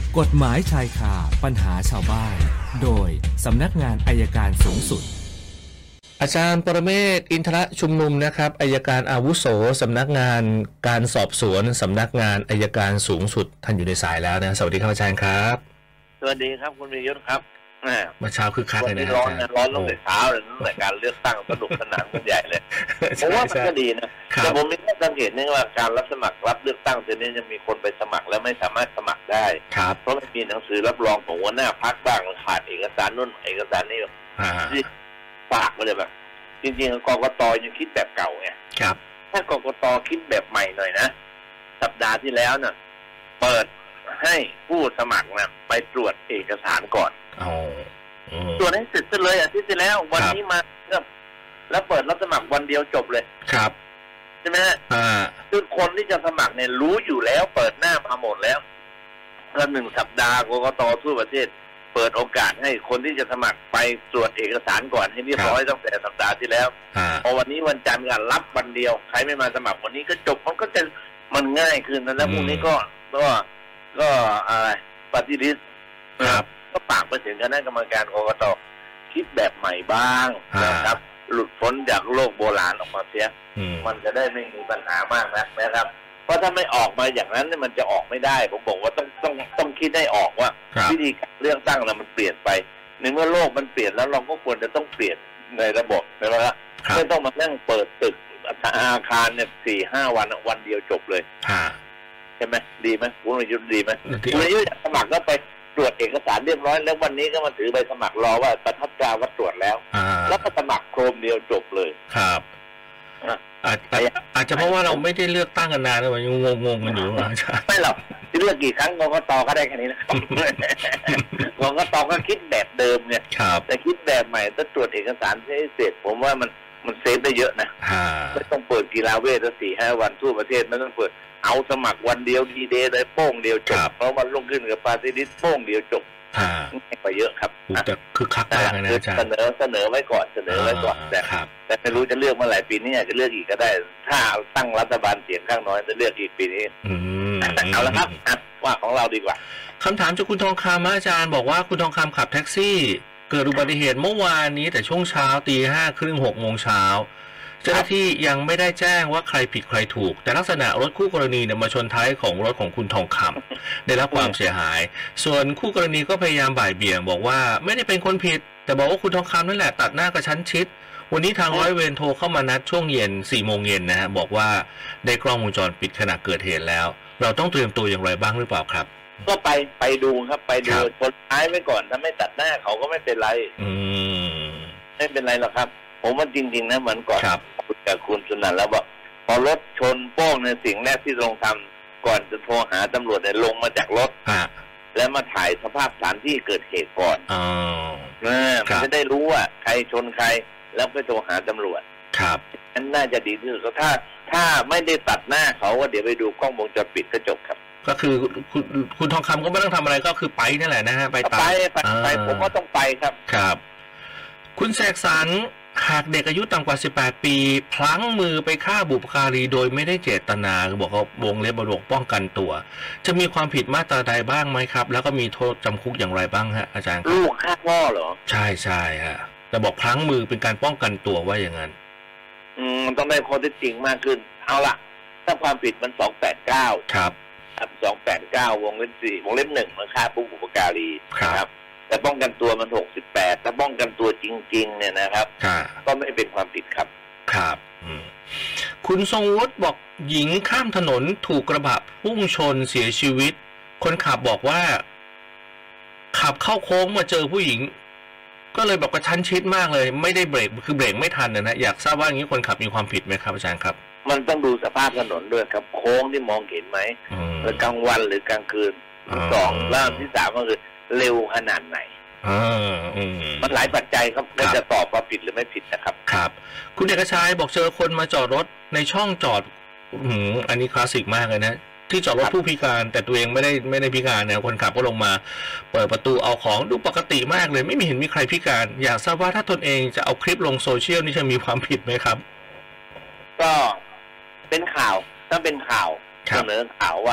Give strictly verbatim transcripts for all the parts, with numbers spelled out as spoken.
กฎหมายชายคาปัญหาชาวบ้านโดยสำนักงานอัยการสูงสุดอาจารย์ปรเมศวร์ อินทรชุมนุมนะครับอัยการอาวุโสสำนักงานการสอบสวนสำนักงานอัยการสูงสุดท่านอยู่ในสายแล้วนะสวัสดีครับอาจารย์ครับสวัสดีครับคุณวิยศครับเมื่อเช้าคือคักเลยนะร้อนนะร้อนตั้งแต่เช้าเลยตั้งแต่การเลือกตั้งสนุกสนานกันใหญ่เลยผมว่ามันก็ดีนะแต่ผมมีข้อสังเกตนึงว่าการรับสมัครรับเลือกตั้งเดี๋ยวนี้จะมีคนไปสมัครแล้วไม่สามารถสมัครได้เพราะไม่มีหนังสือรับรองของหัวหน้าพรรคบ้างขาดเอกสารนู่นเอกสารนี่ที่ฝากไปเลยแบบจริงๆกกต.ยังคิดแบบเก่าไงถ้ากกต.คิดแบบใหม่หน่อยนะสัปดาห์ที่แล้วน่ะเปิดให้ผู้สมัครนะไปตรวจเอกสารก่อนตรวจให้เสร็จเลยอาทิตย์ที่แล้ววันนี้มาแล้วเปิดรับสมัครวันเดียวจบเลยครับใช่ไหมฮะคือคนที่จะสมัครเนี่ยรู้อยู่แล้วเปิดหน้ามาหมดแล้วก็หนึ่งสัปดาห์กกต.ทั่วประเทศเปิดโอกาสให้คนที่จะสมัครไปตรวจเอกสารก่อนให้เรียบร้อยตั้งแต่สัปดาห์ที่แล้วพอวันนี้วันจันทร์ก็รับวันเดียวใครไม่มาสมัครวันนี้ก็จบมันก็จะมันง่ายขึ้นแล้วพรุ่งนี้ก็ก็ก็อะไรปฏิริษีก็ฝากไปถึงคณะกรรมการกกต.คิดแบบใหม่บ้างนะครับหลุดพ้นจากโลกโบราณออกมาเสียมันจะได้ไม่มีปัญหามากนะนะครับเพราะถ้าไม่ออกมาอย่างนั้นมันจะออกไม่ได้ผมบอกว่าต้องต้องต้องคิดให้ออกว่าวิธีการเลือกตั้งเรามันเปลี่ยนไปในเมื่อโลกมันเปลี่ยนแล้วเราก็ควรจะต้องเปลี่ยนในระบบนะครับไม่ต้องมานั่งเปิดตึกอาคารเนี่ยสี่ห้าวันวันเดียวจบเลยใช่ไหมดีไหมคุณวิยุทธ์ดีไหมคุณวิยุทธ์อยากสมัครก็ไปตรวจเอกสารเรียบร้อยแล้ววันนี้ก็มาถือใบสมัครรอว่าประทับตราว่าตรวจแล้วแล้วก็สมัครโครมเดียวจบเลยครับอาจอาจจะเพราะว่าเราไม่ได้เลือกตั้งกันนานแล้วมันยังงงๆกันอยู่ไม่หรอกเลือกกี่ครั้งกกต.ก็ได้แค่นี้นะกกต.ก็คิดแบบเดิมเนี่ยแต่คิดแบบใหม่ถ้าตรวจเอกสารให้เสร็จผมว่ามันมันเซฟได้เยอะนะไม่ต้องเปิดกีฬาเวทสี่ห้าวันทั่วประเทศไม่ต้องเปิดเอาสมัครวันเดียวดีเดย์เลยโป้งเดียวจบเพราะวันลงขึ้นกับปาร์ตี้ลิสต์โป้งเดียวจบง่ายกว่าเยอะครับแต่คือคักมากนะอาจารย์เสนอเสนอไว้ก่อนเสนอไว้ก่อนแต่แต่ไม่รู้จะเลือกเมื่อไหร่ปีนี้อาจจะเลือกอีกก็ได้ถ้าตั้งรัฐบาลเสียงข้างน้อยจะเลือกอีกปีนี้เอาละครับว่าของเราดีกว่าคำถามจากคุณทองคำอาจารย์บอกว่าคุณทองคำขับแท็กซี่เกิดอุบัติเหตุเมื่อวานนี้แต่ช่วงเช้าตีห้าครึ่งหกโมงเช้าเจ้าหน้าที่ยังไม่ได้แจ้งว่าใครผิดใครถูกแต่ลักษณะรถคู่กรณีเนี่ยมาชนท้ายของรถของคุณทองคำได้รับความเสียหายส่วนคู่กรณีก็พยายามบ่ายเบี่ยงบอกว่าไม่ได้เป็นคนผิดแต่บอกว่าคุณทองคำนั่นแหละตัดหน้ากระชั้นชิดวันนี้ทางร้อยเวรโทรเข้ามานัดช่วงเย็นสี่โมงเย็นนะฮะบอกว่าได้กล้องวงจรปิดขณะเกิดเหตุแล้วเราต้องเตรียมตัวอย่างไรบ้างหรือเปล่าครับก็ไปไปดูครับไปดูชนท้ายไว้ก่อนถ้าไม่ตัดหน้าเขาก็ไม่เป็นไรอืมไม่เป็นไรหรอกครับผมว่าจริงๆนะเหมือนก่อนคุยกับคุณสุนันท์แล้วบอกพอรถชนโป้งในสิ่งแรกที่ลงทำก่อนจะโทรหาตำรวจเนี่ยลงมาจากรถแล้วมาถ่ายสภาพสถานที่เกิดเหตุก่อนอ๋อมันจะได้รู้ว่าใครชนใครแล้วไปโทรหาตำรวจครับนั่นน่าจะดีที่สุดถ้าถ้าไม่ได้ตัดหน้าเขาว่าเดี๋ยวไปดูกล้องวงจรปิดก็จบครับก็คือคุณคุณทองคำก็ไม่ต้องทำอะไรก็คือไปนั่นแหละนะฮะไปไปไปผมก็ต้องไปครับครับคุณแสกสรรหากเด็กอายุต่ำกว่าสิบแปดปีพลั้งมือไปฆ่าบุพการีโดยไม่ได้เจตนาบอกว่าวงเล็บบวกป้องกันตัวจะมีความผิดมาตราใดบ้างไหมครับแล้วก็มีโทษจำคุกอย่างไรบ้างฮะอาจารย์ลูกฆ่าพ่อเหรอใช่ใช่ฮะแต่บอกพลั้งมือเป็นการป้องกันตัวว่าอย่างนั้นอืมต้องได้ข้อเท็จจริงมากขึ้นเอาล่ะถ้าความผิดมันสองแปดเก้าครับสองแปดเก้าวงเล็บสี่วงเล็บหนึ่งมันฆ่าผู้บุพการีครับแต่ป้องกันตัวมันหกสิบแปดถ้าป้องกันตัวจริงๆเนี่ยนะครับก็ไม่เป็นความผิดครับครับคุณทรงวุฒิบอกหญิงข้ามถนนถูกกระบะพุ่งชนเสียชีวิตคนขับบอกว่าขับเข้าโค้งมาเจอผู้หญิงก็เลยแบบกระชั้นชิดมากเลยไม่ได้เบรกคือเบรกไม่ทันนะอยากทราบว่าอย่างนี้คนขับมีความผิดไหมครับอาจารย์ครับมันต้องดูสภาพถนนด้วยครับโค้งที่มองเห็นไหมหรือกลางวันหรือกลางคืนสองแล้วที่สามก็คือเร็วขนาดไหนมันหลายปัจจัยครับไม่จะตอบว่าผิดหรือไม่ผิดนะครับครับคุณเอกชัยบอกเจอคนมาจอดรถในช่องจอดอันนี้คลาสสิกมากเลยนะที่จอดรถผู้พิการแต่ตัวเองไม่ได้ไม่ได้พิการนะคนขับก็ลงมาเปิดประตูเอาของดูปกติมากเลยไม่มีเห็นมีใครพิการอยากทราบว่าถ้าตนเองจะเอาคลิปลงโซเชียลนี่จะมีความผิดไหมครับก็เป็นข่าวถ้าเป็นข่าวเสนอข่าวว่า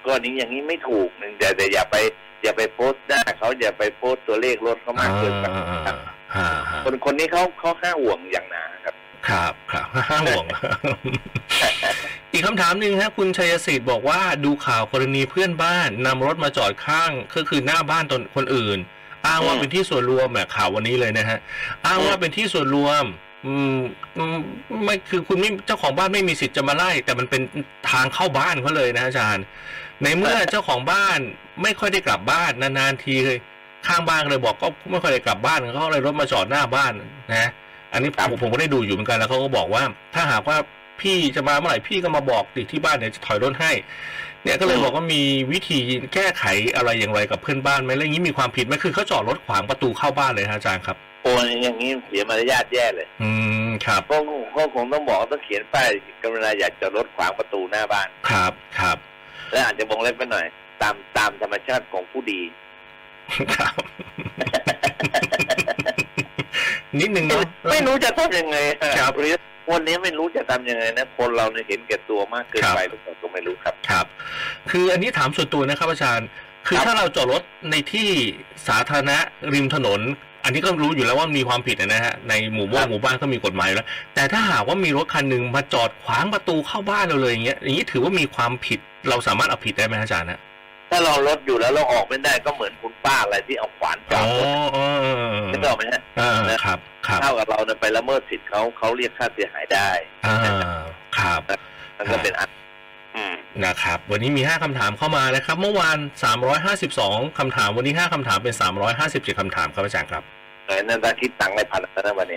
ก็นี้อย่างนี้ไม่ถูกนึงแต่แต่อย่าไปอย่าไปโพสต์หน้าเขาอย่าไปโพสต์ตัวเลขรถเขามากเกินไปคนคนนี้เขาเขาห้าห่วงอย่างหนาครับครับครับห้าห่วง อีกคำถามหนึ่งฮะคุณชัยศิษฐ์บอกว่าดูข่าวกรณีเพื่อนบ้านนำรถมาจอดข้างก็คือหน้าบ้านตนคนอื่นอ้างว่าเป็นที่ส่วนรวมแบบข่าววันนี้เลยนะฮะอ้างว่าเป็นที่ส่วนรวมอืมไม่คือคุณไม่เจ้าของบ้านไม่มีสิทธิ์จะมาไล่แต่มันเป็นทางเข้าบ้านเขาเลยนะอาจารย์ในเมื่อเจ้าของบ้านไม่ค่อยได้กลับบ้านนานๆทีเลยข้างบ้านเลยบอกก็ไม่ค่อยได้กลับบ้านเขาเลยรถมาจอดหน้าบ้านนะอันนี้ผมผมก็ได้ดูอยู่เหมือนกันแล้วเขาก็บอกว่าถ้าหากว่าพี่จะมาเมื่อไหร่พี่ก็มาบอกดิที่บ้านเนี่ยจะถอยรถให้เนี่ยก็เลยบอกว่ามีวิธีแก้ไขอะไรอย่างไรกับเพื่อนบ้านไหมแล้วอย่างนี้มีความผิดไหมคือเขาจอดรถขวางประตูเข้าบ้านเลยฮะอาจารย์ครับโอ้อย่างนี้เสียมารยาทแย่เลยอืมครับก็ก็คงต้องบอกต้องเขียนป้ายกรุณาอย่าจอดรถขวางประตูหน้าบ้านครับครับและอาจจะวงเล็บไปหน่อยตามตามธรรมชาติของผู้ดีครับนิดนึงเนาะไม่รู้จะทำยังไงครับวันนี้ไม่รู้จะทำยังไงนะคนเราเนี่ยเห็นแก่ตัวมากเกินไปหรือเปล่าก็ไม่รู้ครับครับคืออันนี้ถามส่วนตัวนะครับอาจารย์คือถ้าเราจอดรถในที่สาธารณะริมถนนอันนี้ก็รู้อยู่แล้วว่ามีความผิดนะฮะในหมู่บ้านหมู่บ้านก็มีกฎหมายแล้วแต่ถ้าหากว่ามีรถคันหนึ่งมาจอดขวางประตูเข้าบ้านเราเลยอย่างเงี้ยอย่างนี้ถือว่ามีความผิดเราสามารถเอาผิดได้ไหมอาจารย์นะถ้าเรารถอยู่แล้วเราออกไม่ได้ก็เหมือนคุณป้าอะไรที่เอาขวานจอดรถไม่ต้องไหมฮะนะครับเท่ากับเราไปละเมิดสิทธิ์เขาเขาเรียกค่าเสียหายได้ครับมันก็เป็นอันนะครับวันนี้มีห้าคำถามเข้ามานะครับเมื่อวานสามร้อยห้าสิบสองคำถามวันนี้ห้าคำถามเป็นสามร้อยห้าสิบเจ็ดคำถามครับอาจารย์ครับเออนั่นถ้าคิดตังค์ในพันนะวันนี้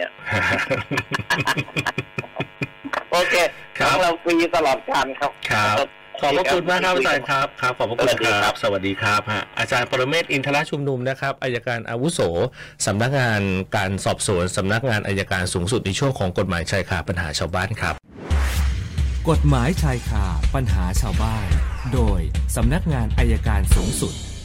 โอเคครับเราคุยตลอดการครับครับขอบพระคุณมากครับอาจารย์ครับครับขอบพระคุณครับสวัสดีครับฮะอาจารย์ปรเมศวร์อินทรชุมนุมนะครับอัยการอาวุโสสำนักงานการสอบสวนสำนักงานอัยการสูงสุดในช่วงของกฎหมายชายคาปัญหาชาวบ้านครับกฎหมายชายคาปัญหาชาวบ้านโดยสำนักงานอัยการสูงสุด